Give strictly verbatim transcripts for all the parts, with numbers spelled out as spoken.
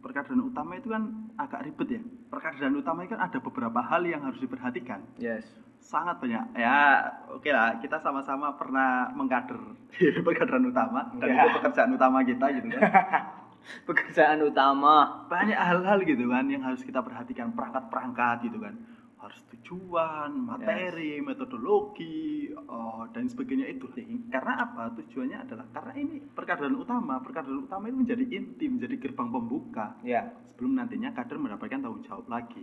perkaderan utama itu kan agak ribet ya. Perkaderan utama itu kan ada beberapa hal yang harus diperhatikan. Yes. Sangat banyak. Ya, oke okay lah, kita sama-sama pernah mengkader perkaderan utama dan ya. itu pekerjaan utama kita gitu kan. Pekerjaan utama. Banyak hal-hal gitu kan yang harus kita perhatikan, perangkat-perangkat gitu kan. Harus tujuan, materi, yes. metodologi, oh, dan sebagainya itu. Karena apa? Tujuannya adalah karena ini perkaderan utama. Perkaderan utama itu menjadi inti, menjadi gerbang pembuka. Ya. Sebelum nantinya kader mendapatkan tanggung jawab lagi.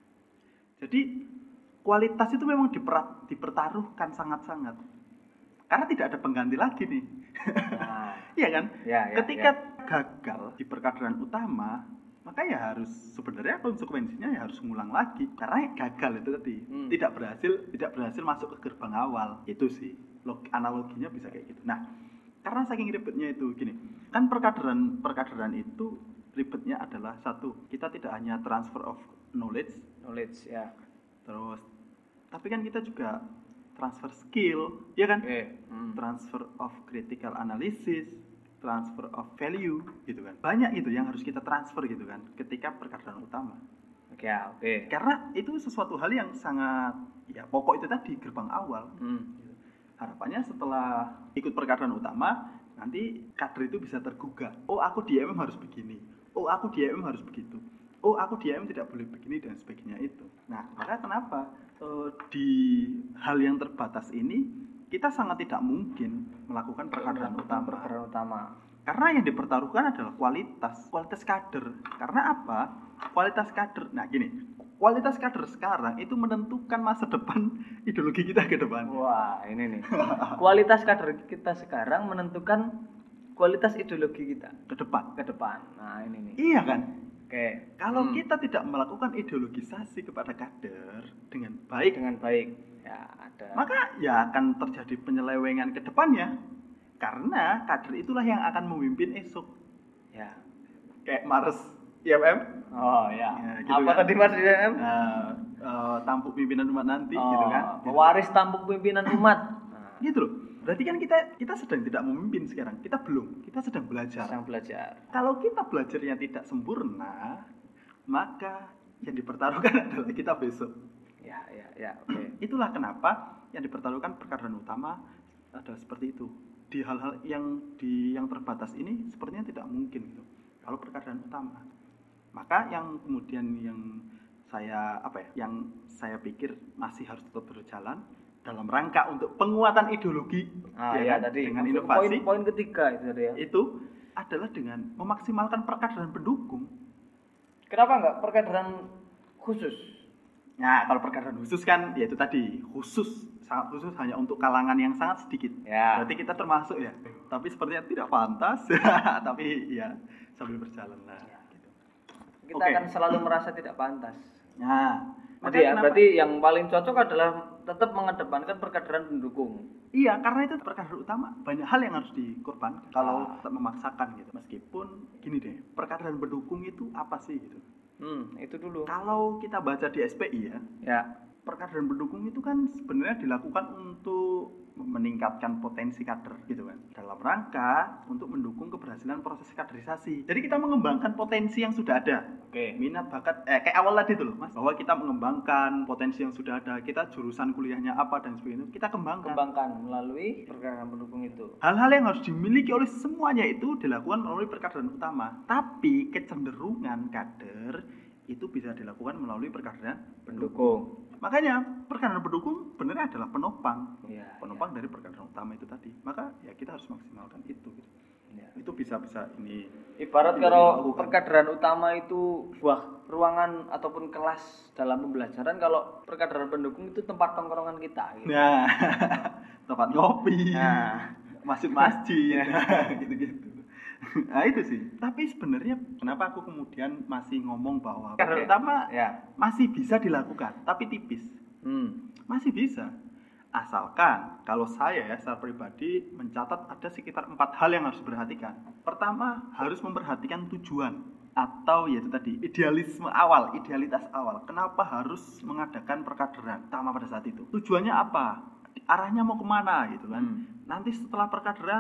Jadi kualitas itu memang diper, dipertaruhkan sangat-sangat. Karena tidak ada pengganti lagi nih. Nah. Iya kan? Ya, ya, Ketika ya. gagal di perkaderan utama, maka ya harus sebenarnya konsekuensinya ya harus ngulang lagi karena gagal itu tadi hmm. tidak berhasil tidak berhasil masuk ke gerbang awal. Itu sih log, analoginya bisa kayak gitu. Nah, karena saking ribetnya itu gini, kan perkaderan perkaderan itu ribetnya adalah satu, kita tidak hanya transfer of knowledge knowledge ya, terus tapi kan kita juga transfer skill, ya kan? Okay. Hmm. Transfer of critical analysis, transfer of value gitu kan. Banyak gitu yang harus kita transfer gitu kan ketika perkaderan utama. Oke, okay, oke. Okay. Karena itu sesuatu hal yang sangat ya pokok itu tadi gerbang awal. Hmm. Gitu. Harapannya setelah ikut perkaderan utama nanti kader itu bisa tergugah. Oh, aku di M M harus begini. Oh, aku di M M harus begitu. Oh, aku di M M tidak boleh begini dan sebagainya itu. Nah, maka kenapa uh, di hal yang terbatas ini kita sangat tidak mungkin melakukan perkaderan utama. Perkaderan utama. Karena yang dipertaruhkan adalah kualitas, kualitas kader. Karena apa? Kualitas kader. Nah, gini, kualitas kader sekarang itu menentukan masa depan ideologi kita ke depan. Wah, ini nih. Kualitas kader kita sekarang menentukan kualitas ideologi kita ke depan. Ke depan. Nah, ini nih. Iya kan? Oke. Kalau hmm. kita tidak melakukan ideologisasi kepada kader dengan baik, dengan baik, ya ada. Maka ya akan terjadi penyelewengan ke depannya. Karena kader itulah yang akan memimpin esok. Ya. Kayak Mars I M M. Oh ya. ya gitu apa kan? tadi Mars I M M? Nah, uh, tampuk pimpinan umat nanti, oh, gitu kan? Pewaris tampuk pimpinan umat. Nah. Gitu loh. Berarti kan kita kita sedang tidak memimpin sekarang. Kita belum. Kita sedang belajar. Sedang belajar. Kalau kita belajarnya tidak sempurna, maka yang dipertaruhkan adalah kita besok. Ya, ya, ya. Oke. Okay. Itulah kenapa yang dipertaruhkan perkaderan utama adalah seperti itu. Di hal-hal yang di yang terbatas ini sepertinya tidak mungkin gitu. Kalau perkaderan utama. Maka yang kemudian yang saya apa ya? Yang saya pikir masih harus tetap berjalan dalam rangka untuk penguatan ideologi ah, ya, ya kan? tadi Dengan inovasi. Poin, poin ketiga itu tadi ya. Itu adalah dengan memaksimalkan perkaderan pendukung. Kenapa enggak perkaderan khusus? Nah, kalau perkaderan khusus kan ya itu tadi, khusus sangat khusus hanya untuk kalangan yang sangat sedikit. Ya. Berarti kita termasuk ya. Tapi sepertinya tidak pantas. Tapi ya sambil berjalan lah. Gitu. Kita okay. akan selalu merasa tidak pantas. Nah, Jadi ya, berarti yang paling cocok adalah tetap mengedepankan perkaderan pendukung. Iya, karena itu perkaderan utama. Banyak hal yang harus dikorbankan kalau ah. tetap memaksakan gitu. Meskipun gini deh, perkaderan pendukung itu apa sih gitu? Hmm, itu dulu. Kalau kita baca di S P I ya, ya. perkaderan pendukung itu kan sebenarnya dilakukan untuk meningkatkan potensi kader gitu kan, dalam rangka untuk mendukung keberhasilan proses kaderisasi. Jadi kita mengembangkan potensi yang sudah ada. Oke. Minat bakat eh kayak awal tadi tuh loh Mas, bahwa kita mengembangkan potensi yang sudah ada. Kita jurusan kuliahnya apa dan sebagainya kita kembangkan. Kembangkan melalui perkaderan pendukung itu. Hal-hal yang harus dimiliki oleh semuanya itu dilakukan melalui perkaderan utama. Tapi kecenderungan kader itu bisa dilakukan melalui perkaderan pendukung. Makanya perkaderan pendukung benar adalah penopang, ya, penopang ya. Dari perkaderan utama itu tadi. Maka ya kita harus maksimalkan itu. Gitu. Ya. Itu bisa-bisa ini. Ibarat kalau perkaderan utama itu buah ruangan ataupun kelas dalam pembelajaran, kalau perkaderan pendukung itu tempat tongkrongan kita. Gitu. Nah, tempat ngopi, nah. masjid-masjid, gitu-gitu. Nah itu sih. Tapi sebenarnya kenapa aku kemudian masih ngomong bahwa perkaderan utama ya. Masih bisa dilakukan, tapi tipis. Hmm. Masih bisa. Asalkan kalau saya ya secara pribadi mencatat ada sekitar empat hal yang harus diperhatikan. Pertama, harus memperhatikan tujuan atau yaitu tadi idealisme awal, idealitas awal. Kenapa harus mengadakan perkaderan utama pada saat itu? Tujuannya apa? Arahnya mau kemana gitu kan? Hmm. Nanti setelah perkaderan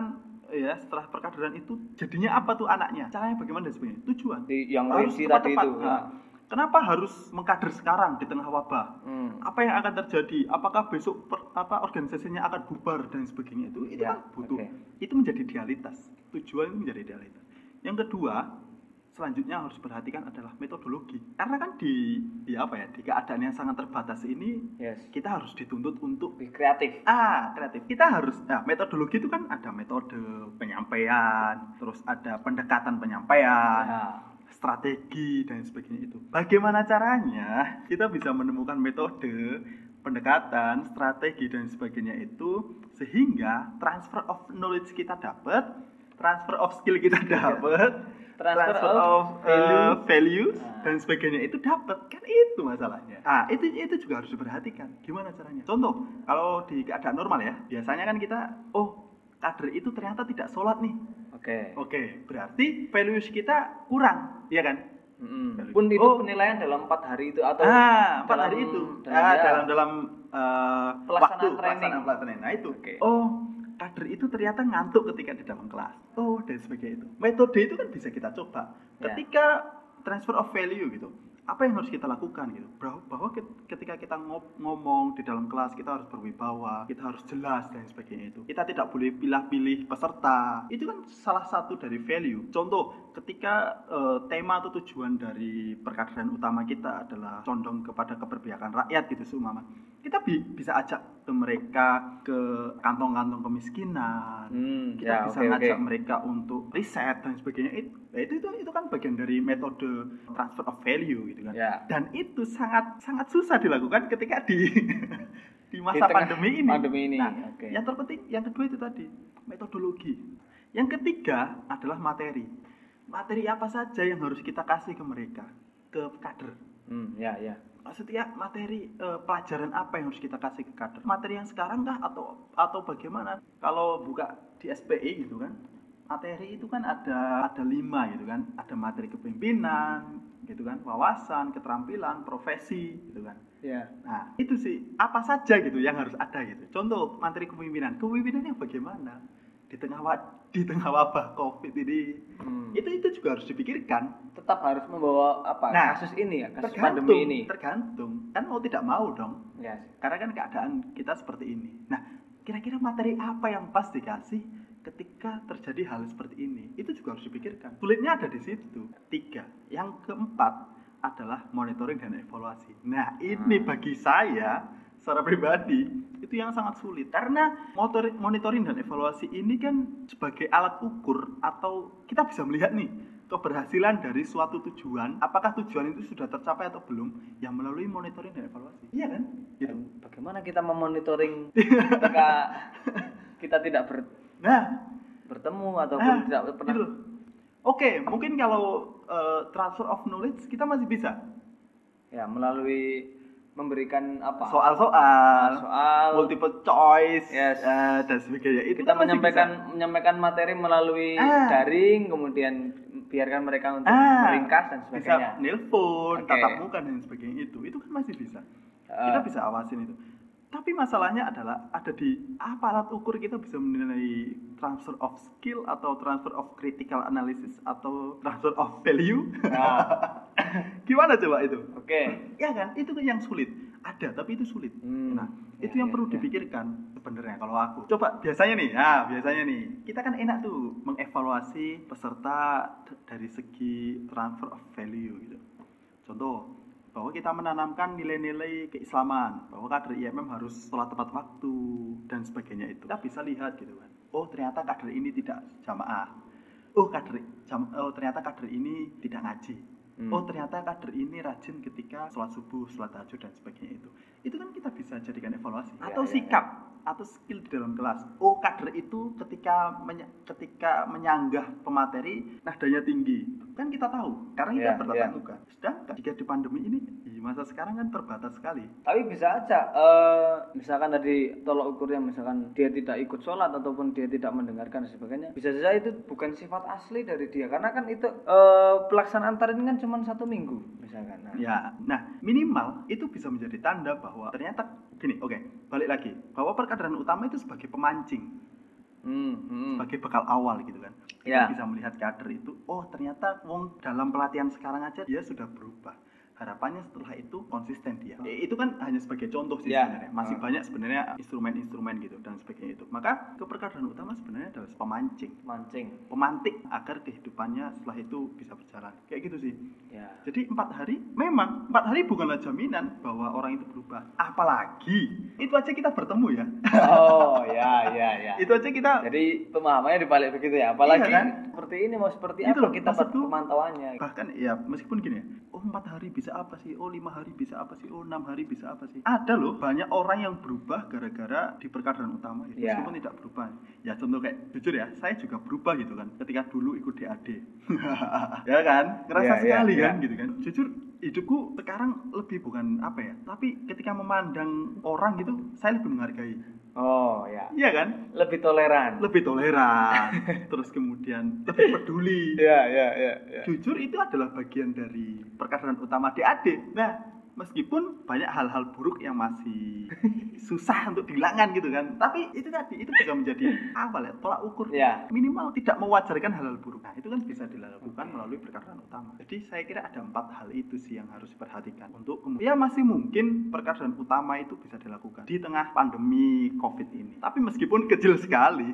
ya setelah perkaderan itu jadinya apa tuh anaknya, caranya bagaimana dan sebagainya, tujuan di, yang harus tadi tepat-tepat. itu Nah, kenapa harus mengkader sekarang di tengah wabah? Hmm. Apa yang akan terjadi? Apakah besok per, apa organisasinya akan bubar dan sebagainya itu? Itu ya, kan butuh. Okay. Itu menjadi idealitas. Tujuan itu menjadi idealitas. Yang kedua, selanjutnya harus perhatikan adalah metodologi. Karena kan di, di apa ya, di keadaan yang sangat terbatas ini, yes. kita harus dituntut untuk lebih kreatif. Ah, kreatif. Kita harus, nah, metodologi itu kan ada metode penyampaian, terus ada pendekatan penyampaian. Ya. Strategi dan sebagainya itu. Bagaimana caranya kita bisa menemukan metode, pendekatan, strategi dan sebagainya itu sehingga transfer of knowledge kita dapat, transfer of skill kita dapat, transfer, transfer of, of value, uh, values nah. dan sebagainya itu dapat. Kan itu masalahnya. Ah, itu itu juga harus diperhatikan. Gimana caranya? Contoh, kalau di keadaan normal ya, biasanya kan kita oh, kader itu ternyata tidak sholat nih. Oke. Okay. Oke, okay, berarti values kita kurang, iya kan? Mm-hmm. Pun itu oh. penilaian dalam empat hari itu atau ah, empat hari itu dalam ah, dalam, dalam uh, pelaksanaan waktu training. pelaksanaan training. Nah itu. Okay. Oh, kader itu ternyata ngantuk ketika di dalam kelas. Oh, dan sebagainya itu. Metode itu kan bisa kita coba. Ketika yeah. transfer of value gitu. Apa yang harus kita lakukan gitu, bahwa ketika kita ngomong di dalam kelas kita harus berwibawa, kita harus jelas dan sebagainya itu. Kita tidak boleh pilih-pilih peserta. Itu kan salah satu dari value. Contoh, ketika uh, tema atau tujuan dari perkaderan utama kita adalah condong kepada keberpihakan rakyat gitu seumpama, kita bi- bisa ajak ke mereka ke kantong-kantong kemiskinan. Hmm, kita ya, bisa okay, ngajak okay. mereka untuk riset dan sebagainya. Itu, itu itu itu kan bagian dari metode transfer of value gitu. Kan? Ya. Dan itu sangat sangat susah dilakukan ketika di di masa di pandemi ini. Pandemi ini. Nah, okay. yang terpenting, yang kedua itu tadi metodologi. Yang ketiga adalah materi. Materi apa saja yang harus kita kasih ke mereka, ke kader. Hmm, ya, ya. Maksudnya materi eh, pelajaran apa yang harus kita kasih ke kader? Materi yang sekarang kah atau atau bagaimana? Kalau buka di S P I gitu kan, materi itu kan ada ada lima gitu kan, ada materi kepemimpinan gitu kan, wawasan, keterampilan, profesi gitu kan. Yeah. Nah, itu sih apa saja gitu yang harus ada gitu. Contoh materi kepemimpinan. Kepemimpinan yang bagaimana? Di tengah di tengah wabah Covid ini. Hmm. Itu itu juga harus dipikirkan. Tetap harus membawa apa? Nah, kasus ini ya, kasus tergantung, pandemi ini. Tergantung. Kan mau tidak mau dong. Yes. Karena kan keadaan kita seperti ini. Nah, kira-kira materi apa yang pas dikasih ketika terjadi hal seperti ini, itu juga harus dipikirkan. Sulitnya ada di situ. Tiga. Yang keempat adalah monitoring dan evaluasi. Nah, ini hmm. bagi saya secara pribadi itu yang sangat sulit. Karena monitoring dan evaluasi ini kan sebagai alat ukur atau kita bisa melihat nih keberhasilan dari suatu tujuan, apakah tujuan itu sudah tercapai atau belum, yang melalui monitoring dan evaluasi. Iya kan? Gitu. Bagaimana kita memonitoring ketika kita tidak ber Nah, bertemu ataupun nah, tidak pernah. Gitu. Oke, mungkin kalau uh, transfer of knowledge kita masih bisa. Ya, melalui memberikan apa? Soal-soal, soal, multiple choice, yes. uh, dan sebagainya. Itu kita kan menyampaikan menyampaikan materi melalui ah. daring, kemudian biarkan mereka untuk ah. meringkas dan sebagainya. Bisa nelpon, okay. tatap muka dan sebagainya itu. Itu kan masih bisa. Uh. Kita bisa awasin itu. Tapi masalahnya adalah ada di apa alat ukur kita bisa menilai transfer of skill atau transfer of critical analysis atau transfer of value. Nah. Gimana coba itu? Oke. Okay. Ya kan, itu yang sulit. Ada, tapi itu sulit. Hmm. Nah, ya, itu yang ya, perlu ya. dipikirkan sebenarnya kalau aku. Coba biasanya nih, nah biasanya nih, kita kan enak tuh mengevaluasi peserta dari segi transfer of value gitu. Contoh, bahwa kita menanamkan nilai-nilai keislaman, bahwa kader I M M harus sholat tepat waktu dan sebagainya itu. Kita bisa lihat gitu kan. Oh, ternyata kader ini tidak jamaah. Oh, kader jam, oh ternyata kader ini tidak ngaji. Hmm. Oh, ternyata kader ini rajin ketika sholat subuh, sholat tahajud dan sebagainya itu. Itu kan kita bisa jadikan evaluasi. Ya, atau ya, sikap ya. Atau skill di dalam kelas. Oh, kader itu ketika meny- ketika menyanggah pemateri nadanya tinggi. Kan kita tahu, karena kita yeah, bertatap yeah. muka. Sedangkan jika di pandemi ini, di masa sekarang kan terbatas sekali. Tapi bisa aja, uh, misalkan tadi tolak ukurnya, misalkan dia tidak ikut sholat ataupun dia tidak mendengarkan dan sebagainya, bisa saja itu bukan sifat asli dari dia. Karena kan itu uh, pelaksanaan tarik kan cuma satu minggu, misalkan. Nah. Ya, nah minimal itu bisa menjadi tanda bahwa ternyata gini, oke, okay, balik lagi, bahwa perkaderan utama itu sebagai pemancing. hmm, hmm. sebagai bekal awal gitu kan. Ya. Kita bisa melihat kader itu, oh ternyata wong dalam pelatihan sekarang aja dia sudah berubah. Harapannya setelah itu konsisten dia. E, itu kan hanya sebagai contoh sih ya. Sebenarnya. Masih uh. banyak sebenarnya instrumen-instrumen gitu dan sebagainya itu. Maka keperkadaan utama sebenarnya adalah pemancing, mancing, pemantik agar kehidupannya setelah itu bisa berjalan. Kayak gitu sih. Ya. Jadi empat hari, memang empat hari bukanlah jaminan bahwa orang itu berubah. Apalagi itu aja kita bertemu ya. Oh ya ya ya. Itu aja kita. Jadi pemahamannya dibalik begitu ya. Apalagi iya, kan? Seperti ini mau seperti itu apa loh, kita pemantauannya. Bahkan ya meskipun gini ya. Oh empat hari bisa apa sih? Oh lima hari bisa apa sih? Oh enam hari bisa apa sih? Ada loh banyak orang yang berubah gara-gara di perkadaan utama ya. Yeah. Meskipun tidak berubah. Ya contoh kayak jujur ya, saya juga berubah gitu kan. Ketika dulu ikut D A D. Ya kan? Ngerasa yeah, sekali yeah, kan yeah. gitu kan. Jujur hidupku sekarang lebih bukan apa ya, tapi ketika memandang orang gitu saya lebih menghargai. Oh ya. Iya kan? Lebih toleran. Lebih toleran. Terus kemudian lebih peduli. Iya, iya, iya, ya. Jujur itu adalah bagian dari perkadaan utama D A D. Nah, meskipun banyak hal-hal buruk yang masih susah untuk dihilangkan gitu kan. Tapi itu tadi itu bisa menjadi awal ya, tolak ukur. Ya. Minimal tidak mewajarkan hal-hal buruk. Nah, itu kan bisa dilakukan melalui perkadaan utama. Jadi saya kira ada empat hal itu sih yang harus diperhatikan. Untuk kemudian ya masih mungkin perkadaan utama itu bisa dilakukan di tengah pandemi COVID ini. Tapi meskipun kecil sekali.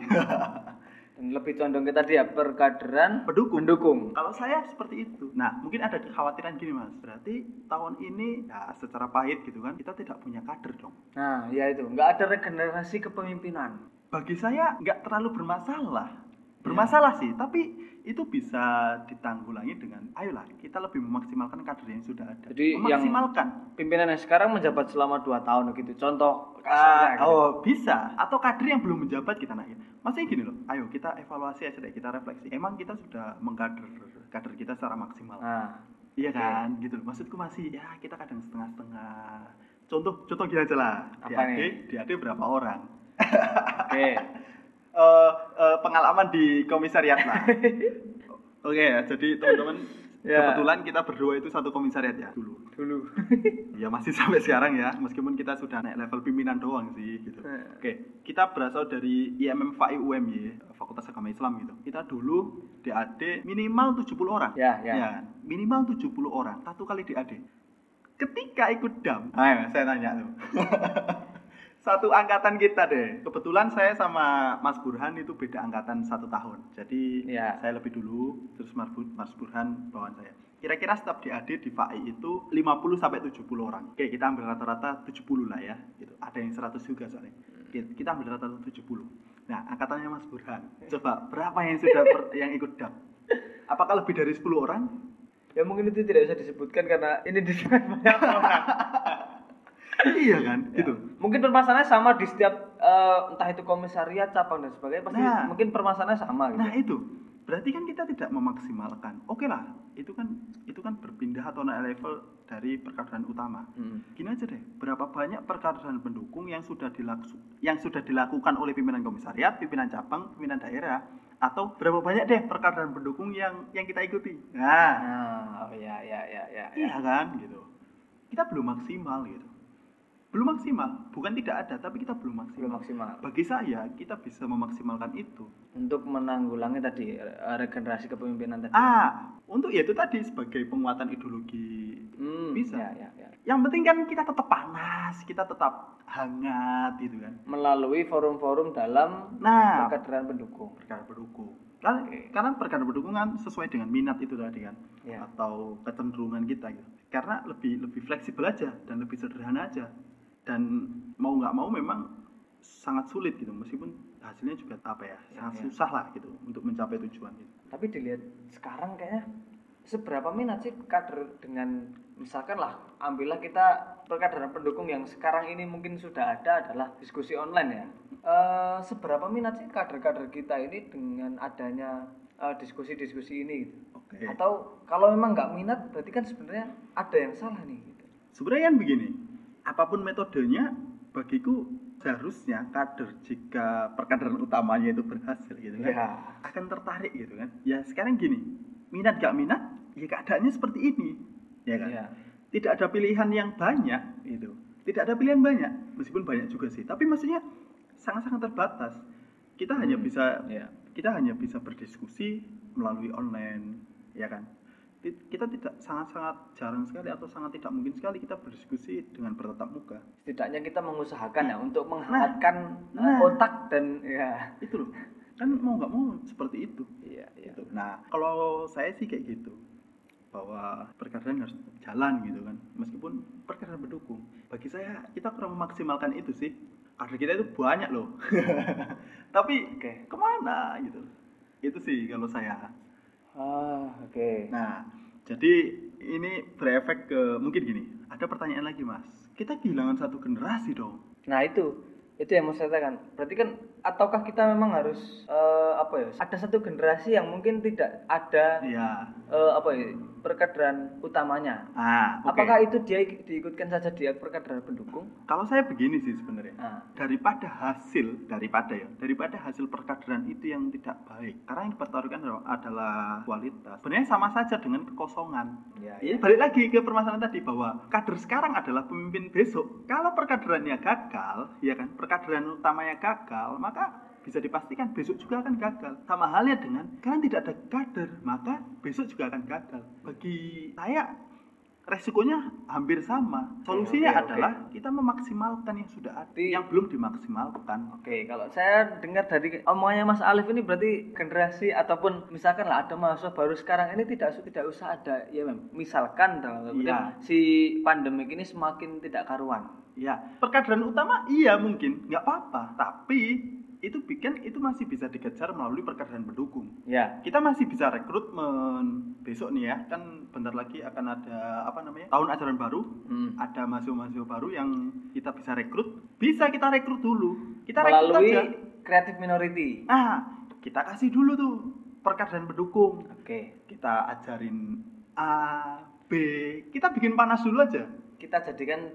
Dan lebih condong ke tadi ya perkaderan pendukung. pendukung. Kalau saya seperti itu. Nah, mungkin ada kekhawatiran gini Mas. Berarti tahun ini ya secara pahit gitu kan kita tidak punya kader dong. Nah, ya itu. Nggak ada regenerasi kepemimpinan. Bagi saya nggak terlalu bermasalah. Bermasalah ya. Sih, tapi itu bisa ditanggulangi dengan ayolah kita lebih memaksimalkan kader yang sudah ada. Jadi memaksimalkan. Yang pimpinan yang sekarang menjabat selama dua tahun gitu. Contoh kasarnya uh, gitu. Oh, bisa. Atau kader yang belum menjabat kita naikin. Maksudnya gini loh. Ayo kita evaluasi aja deh, kita refleksi. Emang kita sudah mengkader kader kita secara maksimal. Nah, iya kan? Okay. Gitu loh. Maksudku masih ya kita kadang setengah-setengah. Contoh contoh gini aja lah. Apa D A D, nih? D A D berapa orang? Oke. Okay. Uh, uh, pengalaman di komisariat lah. Oke okay, ya, jadi teman-teman ya. Kebetulan kita berdua itu satu komisariat ya dulu. Dulu. Ya masih sampai sekarang ya, meskipun kita sudah naik level pimpinan doang sih gitu. Oke, okay. Kita berasal dari I M M F A I U M Y, Fakultas Agama Islam gitu. Kita dulu D A D minimal tujuh puluh orang. Ya, ya. Ya, minimal tujuh puluh orang, satu kali D A D. Ketika ikut D A M, ayo saya tanya tuh. Satu angkatan kita deh. Kebetulan saya sama Mas Burhan itu beda angkatan satu tahun. Jadi ya. Saya lebih dulu, terus Mas Burhan bawaan saya. Kira-kira staf D A D di F A I itu lima puluh sampai tujuh puluh orang. Oke, kita ambil rata-rata tujuh puluh lah ya. Gitu. Ada yang seratus juga soalnya. Kita ambil rata-rata tujuh puluh. Nah, angkatannya Mas Burhan. Coba berapa yang sudah per, yang ikut D A M? Apakah lebih dari sepuluh orang? Ya mungkin itu tidak bisa disebutkan karena ini di banyak orang. Iya kan, ya. Gitu. Mungkin permasalahannya sama di setiap uh, entah itu komisariat, cabang dan sebagainya pasti nah, mungkin permasalahannya sama gitu. Nah, itu. Berarti kan kita tidak memaksimalkan. Oke lah, itu kan itu kan berpindah atau naik level dari perkadaan utama. Hmm. Gini aja deh, berapa banyak perkadaan pendukung yang sudah dilaku, yang sudah dilakukan oleh pimpinan komisariat, pimpinan cabang, pimpinan daerah, atau berapa banyak deh perkadaan pendukung yang yang kita ikuti. Nah, nah oh ya ya ya ya. Iya kan gitu. Kita belum maksimal gitu. Belum maksimal, bukan tidak ada, tapi kita belum maksimal. Belum maksimal. Bagi saya, kita bisa memaksimalkan itu. Untuk menanggulangi tadi, regenerasi kepemimpinan tadi. Ah, untuk ya itu tadi, sebagai penguatan ideologi. Hmm, bisa. Ya, ya, ya. Yang penting kan kita tetap panas, kita tetap hangat gitu kan. Melalui forum-forum dalam nah, perkaderan pendukung. Perkaderan pendukung. Karena, okay. karena perkaderan pendukung kan sesuai dengan minat itu tadi kan. Ya. Atau kecenderungan kita gitu. Karena lebih lebih fleksibel aja dan lebih sederhana aja. Dan mau nggak mau memang sangat sulit gitu, meskipun hasilnya juga apa ya, sangat ya, susah lah gitu untuk mencapai tujuan gitu. Tapi dilihat sekarang kayaknya seberapa minat sih kader dengan misalkan lah ambillah kita perkaderan pendukung yang sekarang ini mungkin sudah ada adalah diskusi online ya. E, seberapa minat sih kader-kader kita ini dengan adanya e, diskusi-diskusi ini gitu. Okay. Atau kalau memang nggak minat berarti kan sebenarnya ada yang salah nih gitu. Sebenarnya kan begini. Apapun metodenya, bagiku seharusnya kader jika perkaderan utamanya itu berhasil gitu kan, ya. Akan tertarik gitu kan. Ya sekarang gini, minat gak minat, ya keadaannya seperti ini, ya kan. Ya. Tidak ada pilihan yang banyak gitu, tidak ada pilihan banyak, meskipun banyak juga sih. Tapi maksudnya sangat-sangat terbatas. Kita hmm. hanya bisa yeah. kita hanya bisa berdiskusi melalui online, ya kan? Kita tidak sangat-sangat jarang sekali atau sangat tidak mungkin sekali kita berdiskusi dengan bertatap muka. Setidaknya kita mengusahakan ya untuk menghangatkan nah, otak dan ya itu loh. Kan mau nggak mau seperti itu. Iya, iya. Gitu. Nah, kalau saya sih kayak gitu. Bahwa perkaderan harus jalan gitu kan. Meskipun perkaderan berdukung. Bagi saya kita kurang memaksimalkan itu sih. Kader kita itu banyak loh. Tapi okay. kemana gitu. Itu sih kalau saya. Ah, oke. Okay. Nah, jadi ini berefek ke mungkin gini. Ada pertanyaan lagi, Mas. Kita kehilangan satu generasi dong. Nah, itu. Itu yang mau saya katakan. Berarti kan ataukah kita memang harus uh, apa ya? Ada satu generasi yang mungkin tidak ada ya. uh, apa ya? Perkaderan utamanya. Ah, okay. Apakah itu dia diikutkan saja di perkaderan pendukung? Kalau saya begini sih sebenarnya. Ah. Daripada hasil daripada ya, daripada hasil perkaderan itu yang tidak baik. Karena yang dipertaruhkan adalah kualitas. Sebenarnya sama saja dengan kekosongan. Ya, ya. ya. Balik lagi ke permasalahan tadi bahwa kader sekarang adalah pemimpin besok. Kalau perkaderannya gagal, ya kan? Perkaderan utamanya gagal, maka bisa dipastikan besok juga akan gagal. Sama halnya dengan kalian tidak ada kader, maka besok juga akan gagal. Bagi saya resikonya hampir sama. Solusinya okay, okay, adalah okay. kita memaksimalkan yang sudah ada, Di, yang belum dimaksimalkan. Oke, okay, kalau saya dengar dari omongannya Mas Alif ini berarti generasi ataupun misalkan lah ada mahasiswa baru sekarang ini tidak tidak usah ada ya mem. Misalkan dalam ya. si pandemik ini semakin tidak karuan. Ya, perkaderan utama iya mungkin nggak apa-apa, tapi itu bikin itu masih bisa dikejar melalui perkaderan pendukung. Ya. Kita masih bisa rekrutmen besok nih ya, kan bentar lagi akan ada apa namanya tahun ajaran baru, hmm. ada mahasiswa-mahasiswa baru yang kita bisa rekrut, bisa kita rekrut dulu. Kita melalui rekrut aja. Creative Minority. Ah, kita kasih dulu tuh perkaderan pendukung. Oke. Okay. Kita ajarin A, B, kita bikin panas dulu aja. Kita jadikan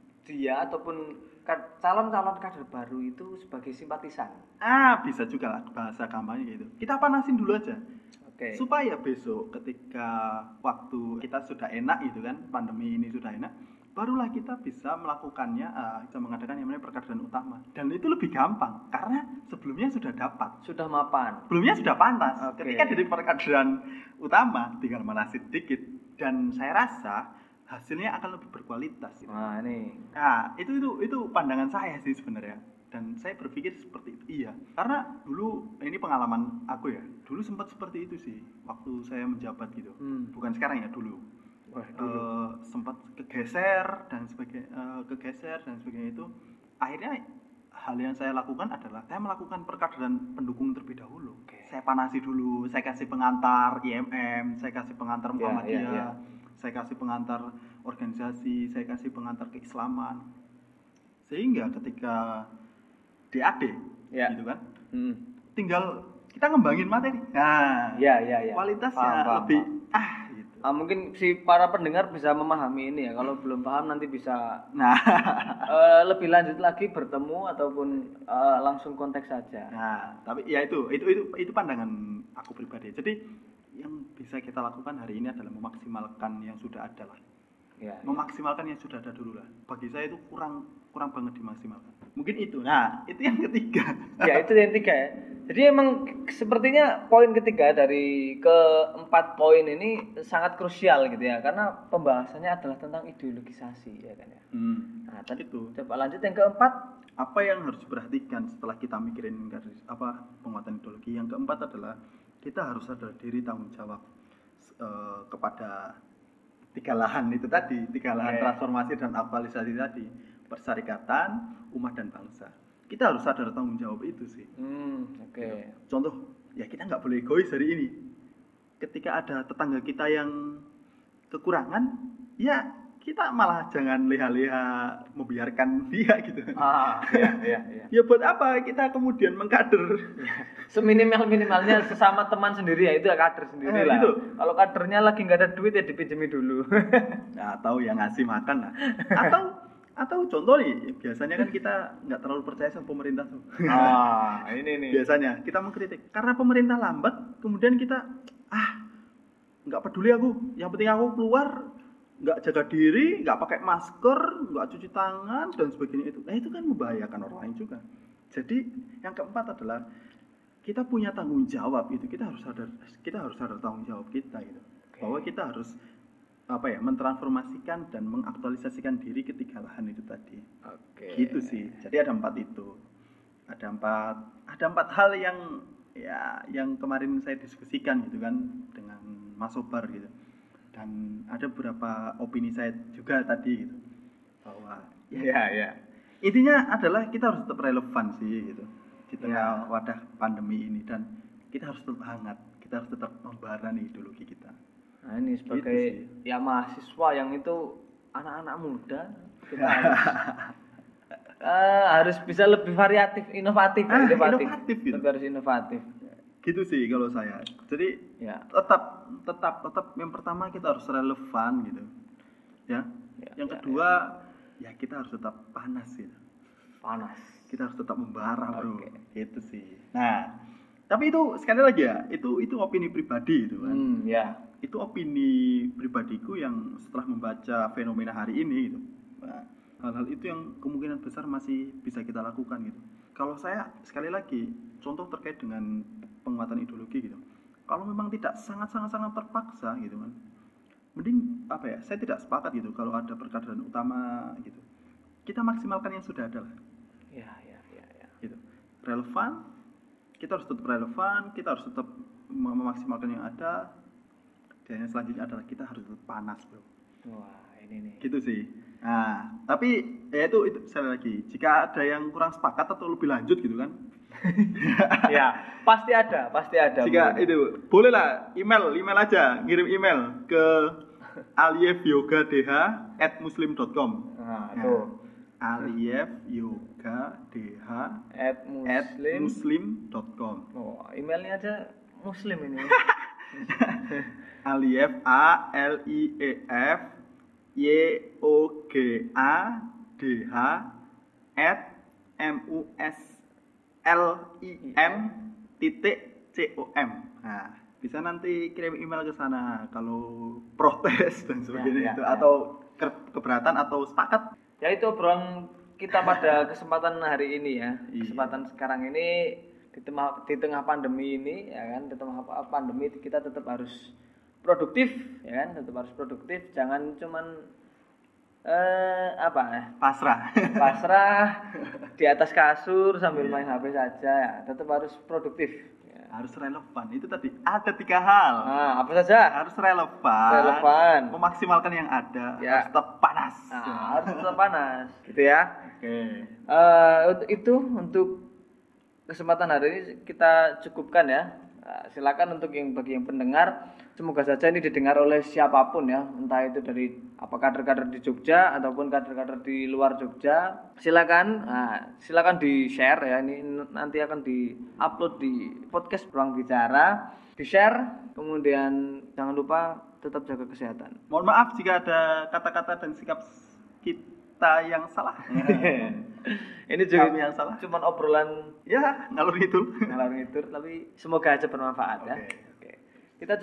dia ataupun calon-calon kader baru itu sebagai simpatisan. Ah, bisa juga lah bahasa kampanye gitu. Kita panasin dulu aja. Oke. Okay. Supaya besok ketika waktu kita sudah enak gitu kan, pandemi ini sudah enak, barulah kita bisa melakukannya, uh, bisa mengadakan yang namanya perkaderan utama. Dan itu lebih gampang karena sebelumnya sudah dapat, sudah mapan. Sebelumnya sudah pantas. Okay. Ketika dari perkaderan utama tinggal manasin dikit, dan saya rasa hasilnya akan lebih berkualitas. Gitu. Nah, ini. Nah, itu itu itu pandangan saya sih sebenarnya. Dan saya berpikir seperti itu. Iya. Karena dulu ini pengalaman aku ya. Dulu sempat seperti itu sih waktu saya menjabat gitu. Hmm. Bukan sekarang ya, dulu. Wah, dulu. Uh, sempat kegeser dan sebagai uh, kegeser dan sebagainya itu. Akhirnya hal yang saya lakukan adalah saya melakukan perkaderan pendukung terlebih dahulu. Okay. Saya panasi dulu, saya kasih pengantar I M M, saya kasih pengantar Muhammadiyah. Yeah, yeah, yeah. Saya kasih pengantar organisasi, saya kasih pengantar keislaman. Sehingga ketika D A D, ya. Gitu kan, hmm. tinggal kita ngembangin materi. Nah, ya, ya, ya. kualitasnya paham, paham, lebih, paham. ah gitu. Ah, mungkin si para pendengar bisa memahami ini ya. Kalau belum paham nanti bisa nah. uh, lebih lanjut lagi bertemu ataupun uh, langsung konteks saja. Nah, tapi ya itu, itu, itu, itu pandangan aku pribadi. Jadi yang bisa kita lakukan hari ini adalah memaksimalkan yang sudah ada lah. Ya, memaksimalkan ya. yang sudah ada dulu lah. Bagi saya itu kurang kurang banget dimaksimalkan. Mungkin itu. Nah, itu yang ketiga. Ya, itu yang ketiga ya. Jadi emang sepertinya poin ketiga dari keempat poin ini sangat krusial gitu ya. Karena pembahasannya adalah tentang ideologisasi ya kan ya. Hmm. Nah, tadi itu. Coba lanjut yang keempat. Apa yang harus diperhatikan setelah kita mikirin garis apa penguatan ideologi? Yang keempat adalah kita harus sadar diri tanggung jawab uh, kepada tiga lahan itu tadi, tiga lahan okay. transformasi dan aktualisasi tadi, persyarikatan, umat dan bangsa. Kita harus sadar tanggung jawab itu sih. Hmm, oke. Okay. Contoh, ya kita nggak boleh egois hari ini. Ketika ada tetangga kita yang kekurangan, ya kita malah jangan leha-leha membiarkan dia gitu. Ah, iya, iya, iya. Ya buat apa kita kemudian mengkader? Seminimal-minimalnya sesama teman sendiri ya itu ya kader sendiri eh, lah. Gitu. Kalau kadernya lagi nggak ada duit ya dipinjemi dulu. Nah, atau yang ngasih makan lah. Atau atau contoh nih, biasanya kan kita nggak terlalu percaya sama pemerintah tuh. Ah, ini nih. Biasanya kita mengkritik karena pemerintah lambat, kemudian kita ah nggak peduli aku, yang penting aku keluar nggak jaga diri, nggak pakai masker, nggak cuci tangan dan sebagainya itu. Nah itu kan membahayakan orang lain juga. Jadi yang keempat adalah kita punya tanggung jawab itu, kita harus sadar kita harus sadar tanggung jawab kita gitu. Okay. Bahwa kita harus apa ya, mentransformasikan dan mengaktualisasikan diri ketiga lahan itu tadi. Oke. Okay. Gitu sih. Jadi ada empat itu. Ada empat ada empat hal yang ya yang kemarin saya diskusikan gitu kan dengan Mas Sobar gitu. Dan ada beberapa opini saya juga tadi gitu. Bahwa ya ya. Intinya adalah kita harus tetap relevan sih gitu. Di tengah ya. wadah pandemi ini, dan kita harus tetap hangat, kita harus tetap membara nih ideologi kita. Nah ini sebagai gitu ya mahasiswa yang itu anak-anak muda, kita harus, uh, harus bisa lebih variatif, inovatif, ah, inovatif, inovatif gitu. Lebih harus inovatif. Gitu sih kalau saya. Jadi ya. tetap tetap tetap yang pertama kita harus relevan gitu, ya. ya yang ya, kedua ya. ya kita harus tetap panas gitu. Panas. Kita harus tetap membara, bro. Okay. Itu sih. Nah, tapi itu sekali lagi ya, itu itu opini pribadi itu kan. Hmm, ya. Itu opini pribadiku yang setelah membaca fenomena hari ini gitu. Nah, hal-hal itu yang kemungkinan besar masih bisa kita lakukan gitu. Kalau saya sekali lagi, contoh terkait dengan penguatan ideologi gitu. Kalau memang tidak sangat-sangat-sangat terpaksa gitu kan. Mending apa ya? Saya tidak sepakat gitu kalau ada perkataan utama gitu. Kita maksimalkan yang sudah ada lah. Ya, ya, ya, ya. Gitu. Relevan, kita harus tetap relevan, kita harus tetap memaksimalkan yang ada. Dan yang selanjutnya adalah kita harus tetap panas, bro. Wah, ini nih. Gitu sih. Nah, tapi ya itu itu sekali lagi, jika ada yang kurang sepakat atau lebih lanjut gitu kan. Ya, pasti ada, pasti ada. Jika mungkin. Itu, bolehlah email, email aja, ngirim email ke aliyefyogadh at muslim dot com. Nah, tuh. aliyefyogadh at muslim dot com. Oh, emailnya aja muslim ini. Aliyef A L I E F Y O G A D H at M U S L I M titik C O M. Nah, bisa nanti kirim email ke sana kalau protes dan sebagainya ya, ya, itu ya. Atau ke- keberatan atau sepakat. Ya itu obrolan kita pada kesempatan hari ini ya. Kesempatan sekarang ini di tengah di tengah pandemi ini ya kan, di tengah pandemi kita tetap harus produktif ya kan, tetap harus produktif, jangan cuman eh apa? pasrah. Pasrah di atas kasur sambil main H P saja ya, tetap harus produktif. Ya. Harus relevan. Itu tadi ada tiga hal. Nah, apa saja? Harus relevan. Relevan. Memaksimalkan yang ada. Ya. Harus tetap panas. Nah, harus tetap panas. Gitu ya. Oke. Okay. Uh, itu untuk kesempatan hari ini kita cukupkan ya. Nah, silakan untuk yang bagi yang pendengar, semoga saja ini didengar oleh siapapun ya, entah itu dari apa kader-kader di Jogja ataupun kader-kader di luar Jogja. Silakan, nah, silakan di-share ya, ini nanti akan di-upload di podcast Ruang Bicara, di-share, kemudian jangan lupa tetap jaga kesehatan. Mohon maaf jika ada kata-kata dan sikap kita yang salah. Ini juga kami yang salah. Cuman obrolan ya ngalur ngidul. Ngalur ngidul, tapi semoga aja bermanfaat okay. ya.